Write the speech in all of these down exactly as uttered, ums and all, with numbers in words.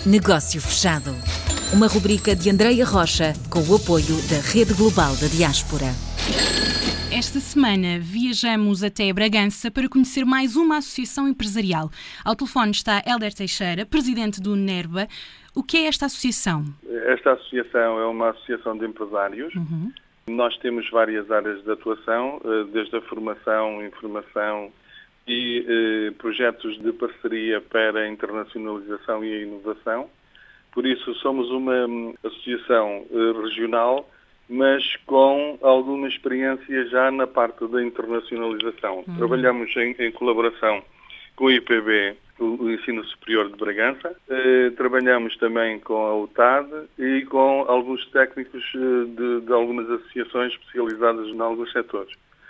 Negócio Fechado. Uma rubrica de Andreia Rocha com o apoio da Rede Global da Diaspora. Esta semana viajamos até Bragança para conhecer mais uma associação empresarial. Ao telefone está Hélder Teixeira, presidente do NERBA. O que é esta associação? Esta associação é uma associação de empresários. Uhum. Nós temos várias áreas de atuação, desde a formação, informação e eh, projetos de parceria para a internacionalização e a inovação. Por isso, somos uma associação eh, regional, mas com alguma experiência já na parte da internacionalização. Uhum. Trabalhamos em, em colaboração com o I P B, o Ensino Superior de Bragança. Eh, trabalhamos também com a U T A D e com alguns técnicos eh, de, de algumas associações especializadas em alguns setores.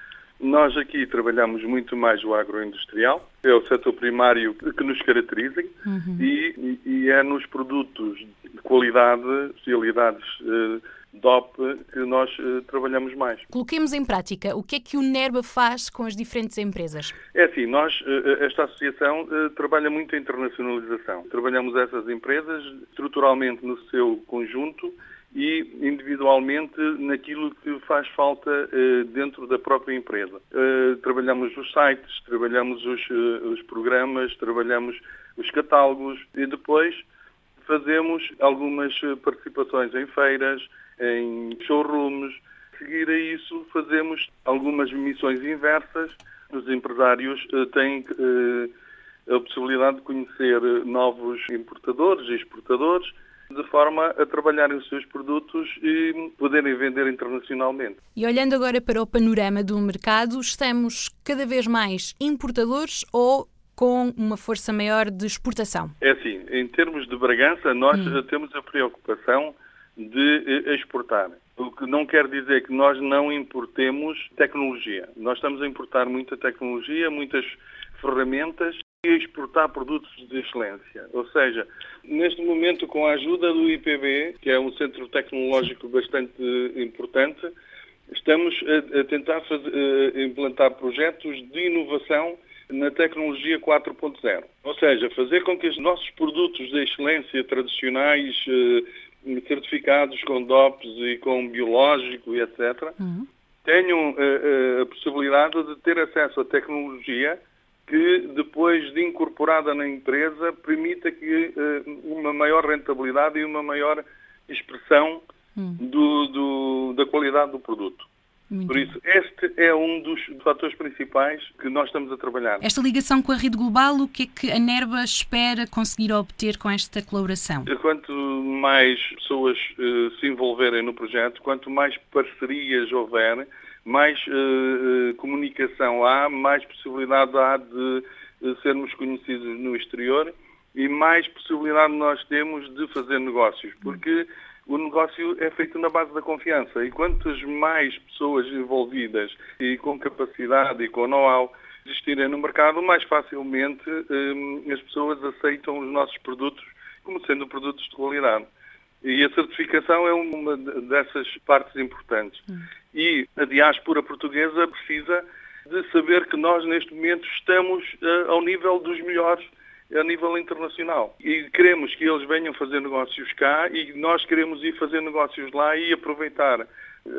Nós aqui trabalhamos muito mais o agroindustrial, é o setor primário que nos caracteriza. Uhum. e, e é nos produtos de qualidade, especialidades eh, D O P, que nós eh, trabalhamos mais. Coloquemos em prática, o que é que o NERBA faz com as diferentes empresas? É assim, nós, eh, esta associação eh, trabalha muito a internacionalização. Trabalhamos essas empresas estruturalmente no seu conjunto e individualmente naquilo que faz falta eh, dentro da própria empresa. Eh, trabalhamos os sites, trabalhamos os, eh, os programas, trabalhamos os catálogos e depois fazemos algumas participações em feiras, em showrooms. A seguir a isso, fazemos algumas missões inversas. Os empresários eh, têm eh, a possibilidade de conhecer novos importadores e exportadores, de forma a trabalharem os seus produtos e poderem vender internacionalmente. E olhando agora para o panorama do mercado, estamos cada vez mais importadores ou com uma força maior de exportação? É assim, em termos de Bragança, nós hum. temos a preocupação de exportar. O que não quer dizer que nós não importemos tecnologia. Nós estamos a importar muita tecnologia, muitas ferramentas e a exportar produtos de excelência. Ou seja, neste momento, com a ajuda do I P B, que é um centro tecnológico bastante importante, estamos a, a tentar fazer, a implantar projetos de inovação na tecnologia quatro ponto zero. Ou seja, fazer com que os nossos produtos de excelência tradicionais, certificados com D O Ps e com biológico e etcétera, uhum. tenham a, a possibilidade de ter acesso à tecnologia que, depois de incorporada na empresa, permita que uh, uma maior rentabilidade e uma maior expressão hum. do, do, da qualidade do produto. Muito Por isso, este é um dos fatores principais que nós estamos a trabalhar. Esta ligação com a rede global, o que é que a NERBA espera conseguir obter com esta colaboração? Quanto mais pessoas uh, se envolverem no projeto, quanto mais parcerias houver, mais uh, comunicação há, mais possibilidade há de uh, sermos conhecidos no exterior e mais possibilidade nós temos de fazer negócios, porque o negócio é feito na base da confiança e quantas mais pessoas envolvidas e com capacidade e com know-how existirem no mercado, mais facilmente um, as pessoas aceitam os nossos produtos como sendo produtos de qualidade. E a certificação é uma dessas partes importantes. Hum. E a diáspora portuguesa precisa de saber que nós, neste momento, estamos uh, ao nível dos melhores a nível internacional. E queremos que eles venham fazer negócios cá e nós queremos ir fazer negócios lá e aproveitar a,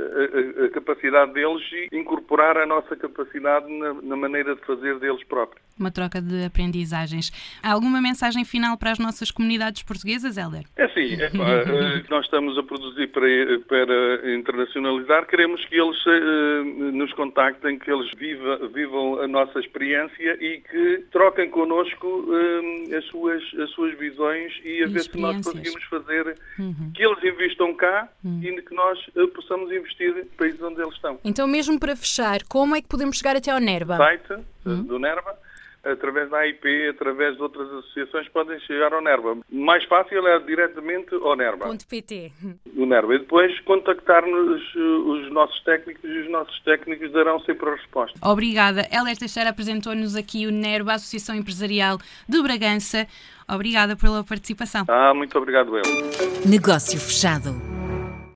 a, a capacidade deles e incorporar a nossa capacidade na, na maneira de fazer deles próprios. Uma troca de aprendizagens. Há alguma mensagem final para as nossas comunidades portuguesas, Hélder? É sim, é, nós estamos a produzir para, para internacionalizar, queremos que eles uh, nos contactem, que eles viva, vivam a nossa experiência e que troquem connosco uh, as, suas, as suas visões e a e ver se nós conseguimos fazer uhum. que eles investam cá uhum. e que nós uh, possamos investir nos países onde eles estão. Então, mesmo para fechar, como é que podemos chegar até ao NERBA? O site uhum. do NERBA, através da A I P, através de outras associações, podem chegar ao NERBA. O mais fácil é diretamente ao NERBA. .pt. O NERBA. E depois contactar-nos os nossos técnicos e os nossos técnicos darão sempre a resposta. Obrigada. Hélder Teixeira apresentou-nos aqui o NERBA, a Associação Empresarial de Bragança. Obrigada pela participação. Ah, muito obrigado, eu. Negócio Fechado.